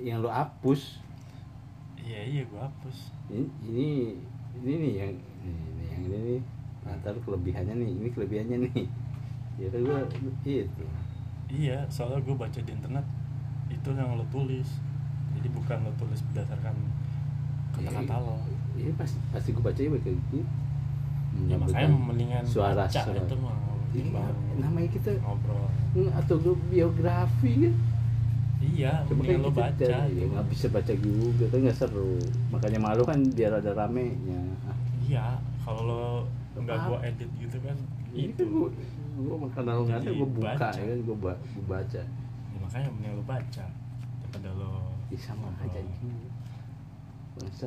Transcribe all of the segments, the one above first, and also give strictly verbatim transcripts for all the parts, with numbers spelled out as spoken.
yang lo hapus. Iya iya gue hapus. Ini ini ini nih yang ini yang ini nih. Nah, taruh kelebihannya nih, ini kelebihannya nih. Ya kan gue itu. Iya, soalnya gue baca di internet itu yang lo tulis. Jadi bukan lo tulis berdasarkan kata-kata lo. Ini pasti pasti gue baca kayak gitu. Ya makanya mendingan suara, baca suara. itu mah. Iya, namanya kita ngobrol atau biografi kan. Iya, mendingan lo baca. Ya nggak bisa baca juga kan nggak seru. Makanya malu kan biar ada ramenya. Iya, kalau lo nggak gue edit gitu kan ini itu. Kan gue makan kalau nggak ada gue buka baca. ya kan gue ba- baca. Ya, makanya mendingan lo baca daripada lo. Ya, sama aja juga. Bangsat.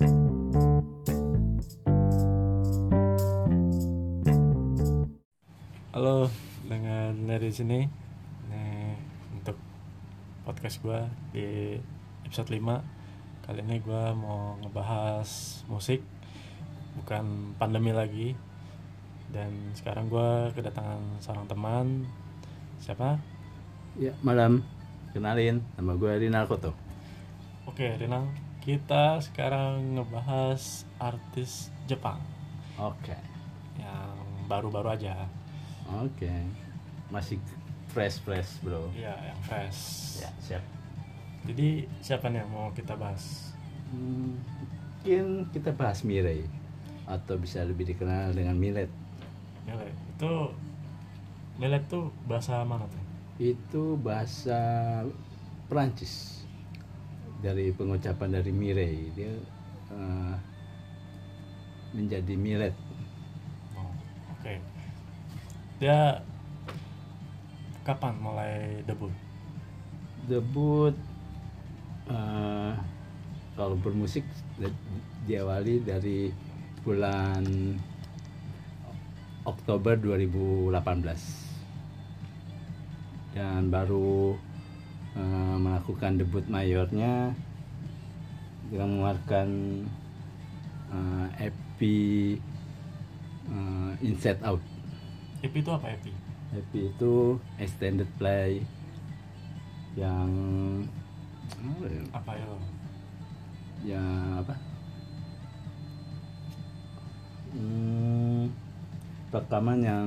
Halo, dengan dari sini nih untuk podcast gue di episode lima. Kali ini gue mau ngebahas musik, bukan pandemi lagi. Dan sekarang gue kedatangan seorang teman. Siapa? Ya, malam. Kenalin, nama gue Rinal Koto. Oke, Rinal. Kita sekarang ngebahas artis Jepang. Oke. Yang baru-baru aja. Oke. Masih fresh-fresh, bro. Iya, yang fresh. Ya, siap. Jadi siapa nih yang mau kita bahas? Hmm, mungkin kita bahas Mirei, atau bisa lebih dikenal dengan Millet. Millet itu Millet tuh bahasa mana tuh? Itu bahasa Perancis, dari pengucapan dari Mirei, dia uh, menjadi Millet. Oh, oke. Okay. Dia kapan mulai debut? Debut uh, kalau bermusik diawali dari bulan Oktober dua ribu delapan belas dan baru uh, melakukan debut mayornya dengan mengeluarkan uh, E P uh, Inside Out. E P itu apa E P? E P itu extended play yang apa ya? Ya apa? Hmm, rekaman yang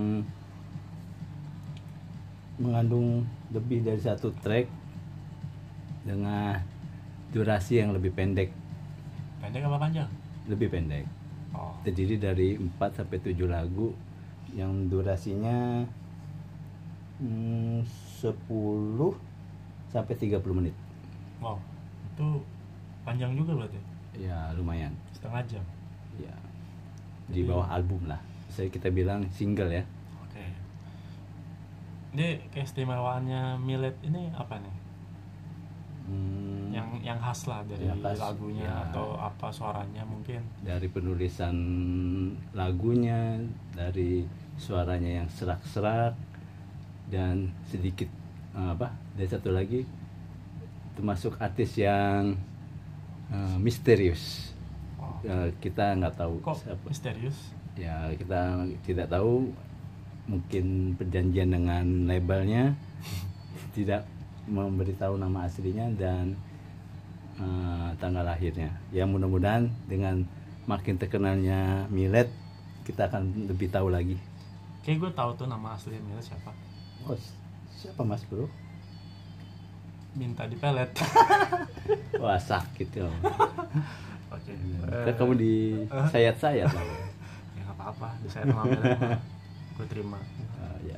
mengandung lebih dari satu track dengan durasi yang lebih pendek. Pendek apa panjang? Lebih pendek. Oh. Terdiri dari empat sampai tujuh lagu yang durasinya hmm, sepuluh sampai tiga puluh menit. Wow, itu panjang juga berarti? Ya lumayan. Setengah jam? Ya, di bawah album lah. Saya kita bilang single ya. Oke. Ini keistimewaannya Millet ini apa nih? Hmm, yang yang khas lah dari ya, khas, lagunya ya, atau apa suaranya mungkin? Dari penulisan lagunya, dari suaranya yang serak-serak, dan sedikit apa? Dan satu lagi termasuk artis yang uh, misterius. Oh. Uh, kita nggak tahu kok siapa. Misterius? Ya kita tidak tahu, mungkin perjanjian dengan labelnya tidak memberitahu nama aslinya dan uh, tanggal lahirnya. Ya mudah-mudahan dengan makin terkenalnya Millet kita akan lebih tahu lagi. Kayak gue tahu tuh nama aslinya Millet siapa. Oh, siapa mas bro? Minta dipelet. Wah sakit ya. Oke. Okay. Kamu di uh, sayat-sayat lah. Ya nggak apa-apa, di sayat sama Millet gue terima. Uh, ya.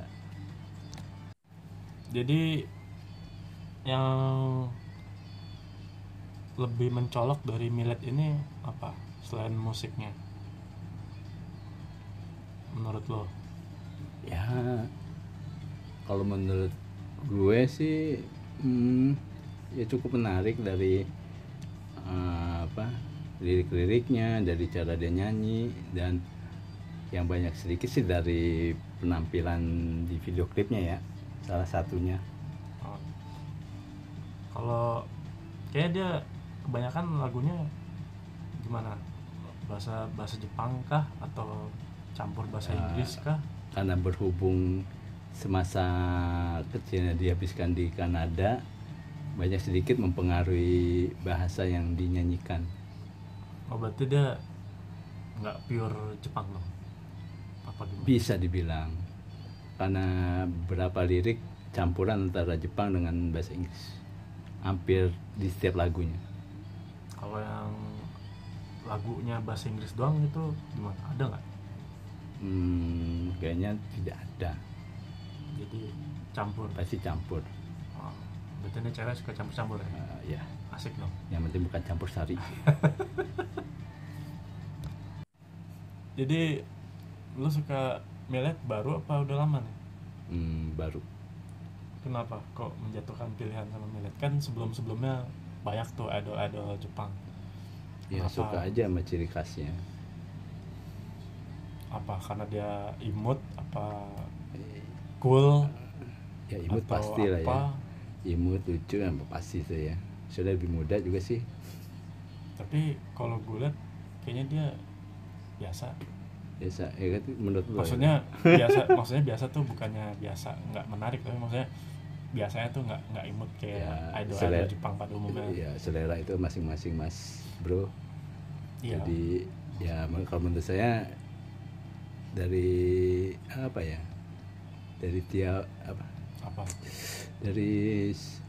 Jadi yang lebih mencolok dari Millet ini apa selain musiknya? Menurut lo? Ya, kalau menurut gue sih, hmm, ya cukup menarik dari uh, apa lirik-liriknya, dari cara dia nyanyi, dan yang banyak sedikit sih dari penampilan di video klipnya ya, salah satunya. Oh. Kalau kayak dia kebanyakan lagunya gimana? Bahasa bahasa Jepang kah atau campur bahasa uh, Inggris kah? Karena berhubung semasa kecilnya dihabiskan di Kanada, banyak sedikit mempengaruhi bahasa yang dinyanyikan. Oh berarti dia nggak pure Jepang dong? Apa gimana? Bisa dibilang karena beberapa lirik campuran antara Jepang dengan bahasa Inggris hampir di setiap lagunya. Kalau yang lagunya bahasa Inggris doang itu gimana? Ada nggak? Hmm, kayaknya tidak ada. Jadi campur. Pasti campur. Oh, berarti ini cewek suka campur-campur ya? Uh, ya, Asik dong. yang penting bukan campur sari. Jadi lu suka millet baru apa udah lama nih? Hmm, baru. Kenapa kok menjatuhkan pilihan sama millet? Kan sebelum-sebelumnya banyak tuh idol-idol Jepang. Ya Kenapa? suka aja sama ciri khasnya. Apa karena dia imut? Apa cool? Ya imut atau pasti lah ya. apa? Imut, lucu, yang pasti tuh ya. Sudah lebih muda juga sih. Tapi kalau gue liat kayaknya dia biasa. Biasa, ya kan menurut lo. Maksudnya biasa, maksudnya biasa tuh bukannya biasa nggak menarik, tapi maksudnya biasanya tuh nggak nggak imut kayak Ya, idol-idol selera- Jepang pada umumnya. Ya selera itu masing-masing mas bro. Iya. Jadi ya men- kalau menurut saya dari apa ya, dari tiap apa, Apa? dari s-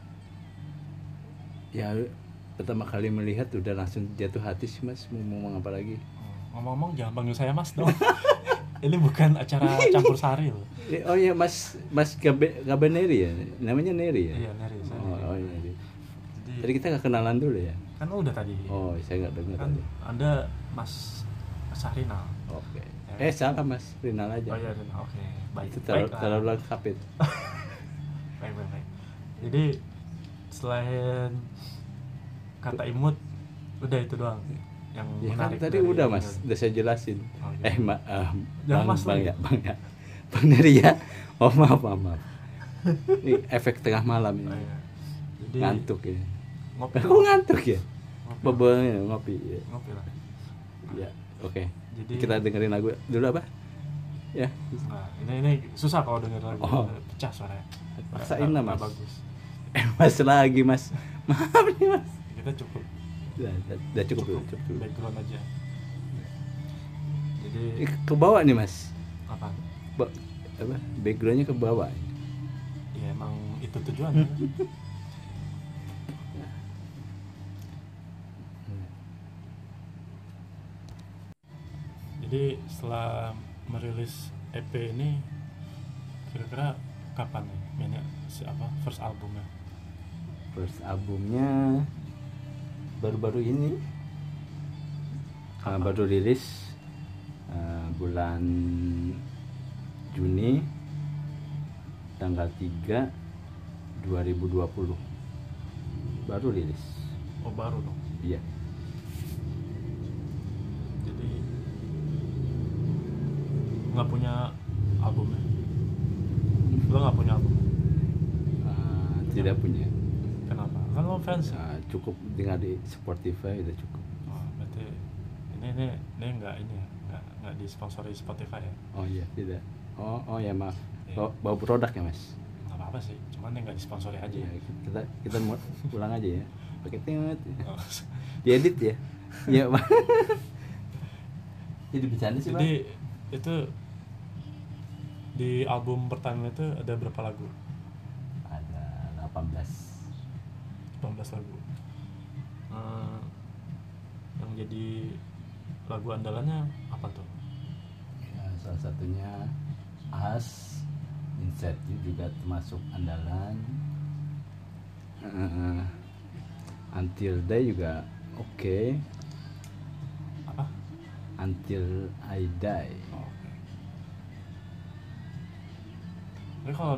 ya pertama kali melihat udah langsung jatuh hati sih mas. Mau ngomong apa lagi? Hmm, ngomong-ngomong jangan panggil saya Mas dong. Ini bukan acara campur sari loh. Eh, oh ya mas mas Gabe, Gabeneri ya, namanya Neri ya. Iya, Neri. Saya Oh, Neri. oh iya. Neri. Jadi Tadi kita nggak kenalan dulu ya. kan udah tadi. Oh saya nggak dengar Kan tadi. Anda Mas Sahrinal. Oke. Ya. Eh salah mas, Rinal aja. Oh iya, Rinal. Oke. Baik. Itu terlalu, Baiklah. terlalu lengkap itu. Baik, baik, baik. Jadi selain kata imut, udah itu doang yang Ya kan menarik tadi dari udah mas, Neri. udah saya jelasin. Oh, gitu. Eh ma, ah, Jangan bang, mas bang lagi. ya, bang ya, bang Neri ya. Oh maaf, maaf, maaf. Ini efek tengah malam Oh, ini. iya. Jadi Ngantuk ya. ngopi. Aku ngantuk ya. Ngopi. Bebelnya ngopi. Ya, Ngopi lah. ya. Oke. Jadi Kita dengerin lagu dulu apa? Ya. nah, ini ini susah kalau denger lagu Oh. pecah suaranya. Paksain lah, Nggak- nggak Mas. Bagus. Eh mas lagi mas. Maaf nih mas. Kita cukup Udah, udah, udah cukup dulu, cukup dulu. background aja. Jadi Eh, ke bawah nih mas. apa? Ba- apa? Backgroundnya ke bawah. Ya emang itu tujuannya. Jadi setelah merilis E P ini kira-kira kapan nih mainnya si apa first albumnya? First albumnya baru-baru ini. Uh, Kapan? baru rilis uh, bulan Juni tanggal tiga dua ribu dua puluh baru rilis. Oh baru dong. Iya. Jadi nggak punya albumnya? Lo nggak punya album? Uh, tidak punya. Kenapa? Kan lo fans. Uh, cukup dengar di Spotify udah cukup. Oh, berarti ini ini ini nggak ini ya, nggak nggak disponsori Spotify ya? Oh iya tidak. Oh oh ya maaf. Iya. Bawa, bawa produk ya mas. Nggak apa-apa sih, cuman yang nggak disponsori aja. Ya, kita kita mau pulang aja ya. Pakai tingut. Oh, Diedit ya. Iya pak. Jadi bercanda sih pak. jadi itu di album pertama itu ada berapa lagu? Ada delapan belas. delapan belas lagu. Eh, yang jadi lagu andalannya apa tuh? Ya, salah satunya As, Insert juga termasuk andalan. Uh, Until Day juga oke. Apa? Until I Die. Oh, oke. Tapi kalau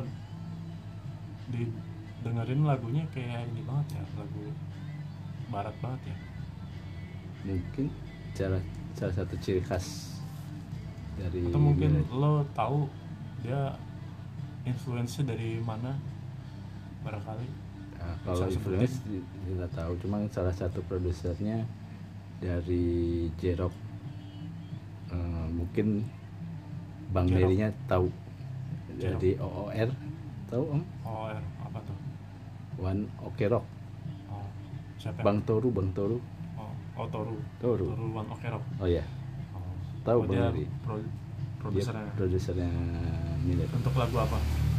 didengerin lagunya kayak ini banget ya, lagu barat banget ya. Mungkin salah salah satu ciri khas dari Atau mungkin Millet. lo tahu dia influence dari mana barangkali. Nah, kalau Bisa influence tidak tahu, cuma salah satu produsernya dari J-Rock. Eh, mungkin Bang J-Rock. Nerinya tahu J-Rock. dari O O R, tahu om? Oh, er, apa tuh? One Ok Rock. Siapa? Bang Toru, Bang Toru. Oh, oh Toru. Toru. Toru One Ok Rock. Oh ya, Oh. tahu Oh, Bang dia Neri. pro, Dia produsernya. produsernya Millet. Untuk lagu apa?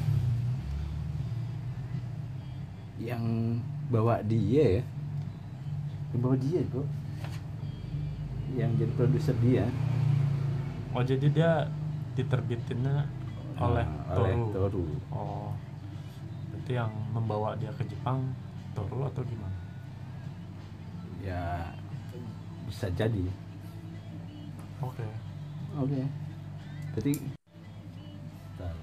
Yang bawa dia ya, yang bawa dia bro, yang jadi produser dia. Oh, jadi dia diterbitinnya oleh Ah, oleh Toru. Toru. Oh, berarti yang membawa dia ke Jepang Toru atau gimana? Ya bisa jadi. Oke. Oke. Berarti Bentar.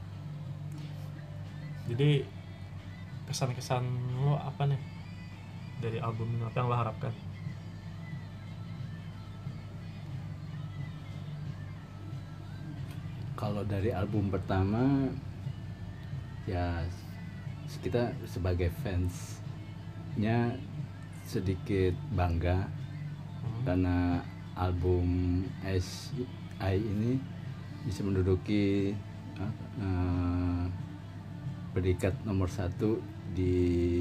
Jadi kesan-kesan lo apa nih dari album ini, apa yang lo harapkan? Kalau dari album pertama ya kita sebagai fansnya sedikit bangga Hmm. karena album S I ini bisa menduduki uh, peringkat nomor satu di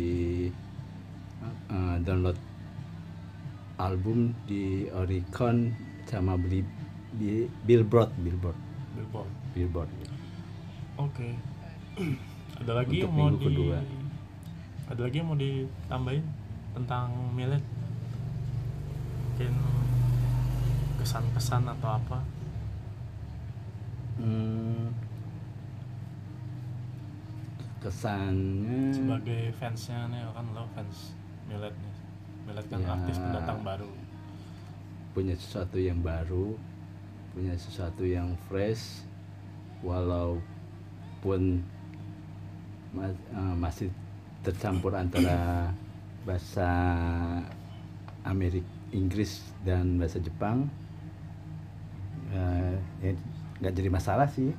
uh, download album di Oricon sama beli bi- Billboard Billboard Billboard. Billboard. Oke. Ada lagi Untuk yang mau minggu di kedua. Ada lagi yang mau ditambahin tentang Millet? Mungkin kesan-kesan atau apa? Hmm, kesannya Sebagai fansnya nih, kan lo fans Millet nih. Millet kan Ya. artis pendatang baru. punya sesuatu yang baru, punya sesuatu yang fresh, walaupun ma- eh, masih tercampur antara bahasa Amerik Inggris dan bahasa Jepang. Eh, ya nggak jadi masalah sih.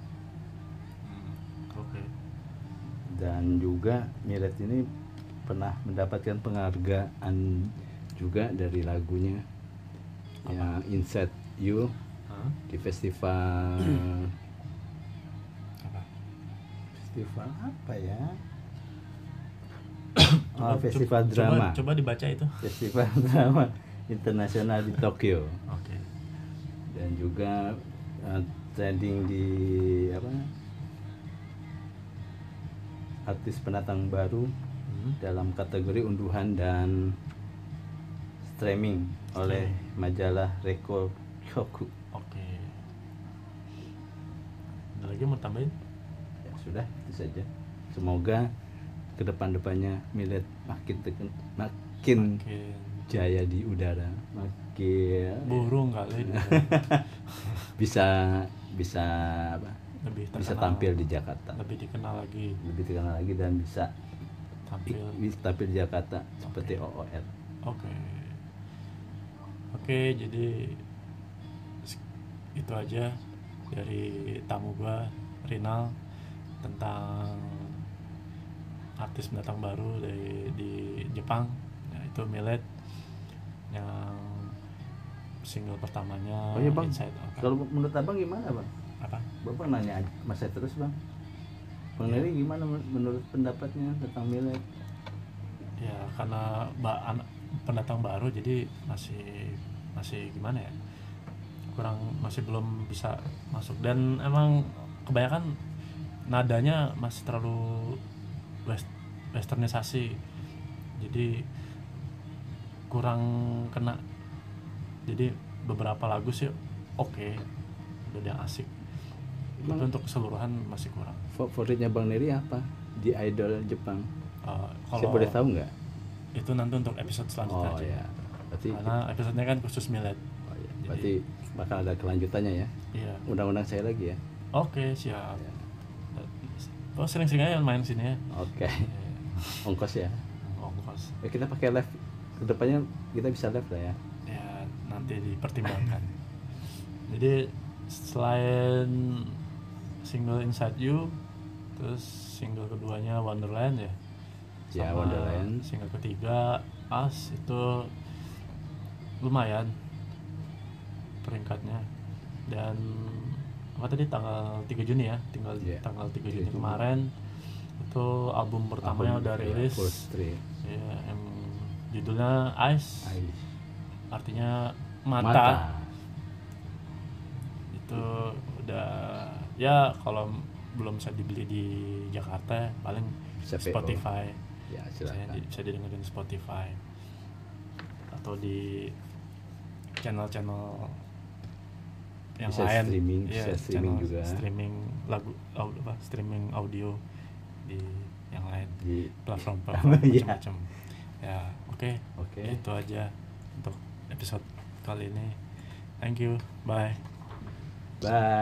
Hmm. Oke. Dan juga Millet ini pernah mendapatkan penghargaan juga dari lagunya yang Inside You Hah? di festival Apa? festival apa ya? Coba- Oh, festival coba- drama. Coba, coba dibaca itu. Festival drama internasional di Tokyo. Oke. Dan juga uh, trending di apa? Artis pendatang baru Hmm. dalam kategori unduhan dan streaming oleh majalah Record Shoku. Oke. Ada lagi mau tambahin? Ya sudah, itu saja. Semoga ke depan-depannya Millet makin teken- makin Makin jaya di udara, makin burung kali dia. bisa bisa apa? Lebih Bisa terkenal, tampil di Jakarta. lebih dikenal lagi, Lebih terkenal lagi dan bisa tampil. bisa tampil di Jakarta seperti O O R. Oke. Oke, jadi s- itu aja dari tamu gua Rinal tentang artis pendatang baru dari di Jepang, yaitu Millet, yang single pertamanya Oh iya bang, Inside Out. kalau menurut abang gimana bang? Apa? Bapak nanya aja, mas saya terus bang. Bang Ya. Neri gimana menurut pendapatnya tentang Millet? Ya karena ba- anak pendatang baru, jadi masih masih gimana ya, kurang, masih belum bisa masuk, dan emang kebanyakan nadanya masih terlalu west, westernisasi, jadi kurang kena. Jadi beberapa lagu sih oke, udah yang asik, tapi Emang untuk keseluruhan masih kurang. favoritnya Bang Neri apa di idol Jepang? Uh, Saya kalau boleh tahu nggak? itu nanti untuk episode selanjutnya Oh aja. ya, berarti Karena episodenya kan khusus Millet. oh, ya. Berarti bakal ada kelanjutannya ya. Iya. Undang-undang saya lagi ya. Oke, siap. Ya. Oh, sering-sering aja main sini ya. Oke. Iya. Ongkos ya. Ongkos. Ya kita pakai live. Kedepannya kita bisa live lah ya. Ya, nanti dipertimbangkan. Jadi selain single Inside You, terus single keduanya Wonderland ya. Ya, Sama Wonderland. single ketiga Us itu lumayan peringkatnya. Dan apa tadi, tanggal tiga Juni ya, tinggal Yeah. tanggal tiga tiga Juni Juni. kemarin itu album pertamanya Album, udah ya, rilis. Full Street. Ya, yang judulnya Eyes, Ais. artinya mata. Mata. Itu udah ya kalau belum bisa dibeli di Jakarta paling Bisa P O. Spotify. Ya, Bisa, silakan. di- bisa didengerin Spotify atau di channel-channel yang Bisa lain. streaming, Iya, bisa streaming channel juga. streaming lagu audio, apa streaming audio di yang lain, Di platform-platform Iya. macam-macam. Ya, oke. Oke. Itu aja untuk episode kali ini. Thank you. Bye. Bye.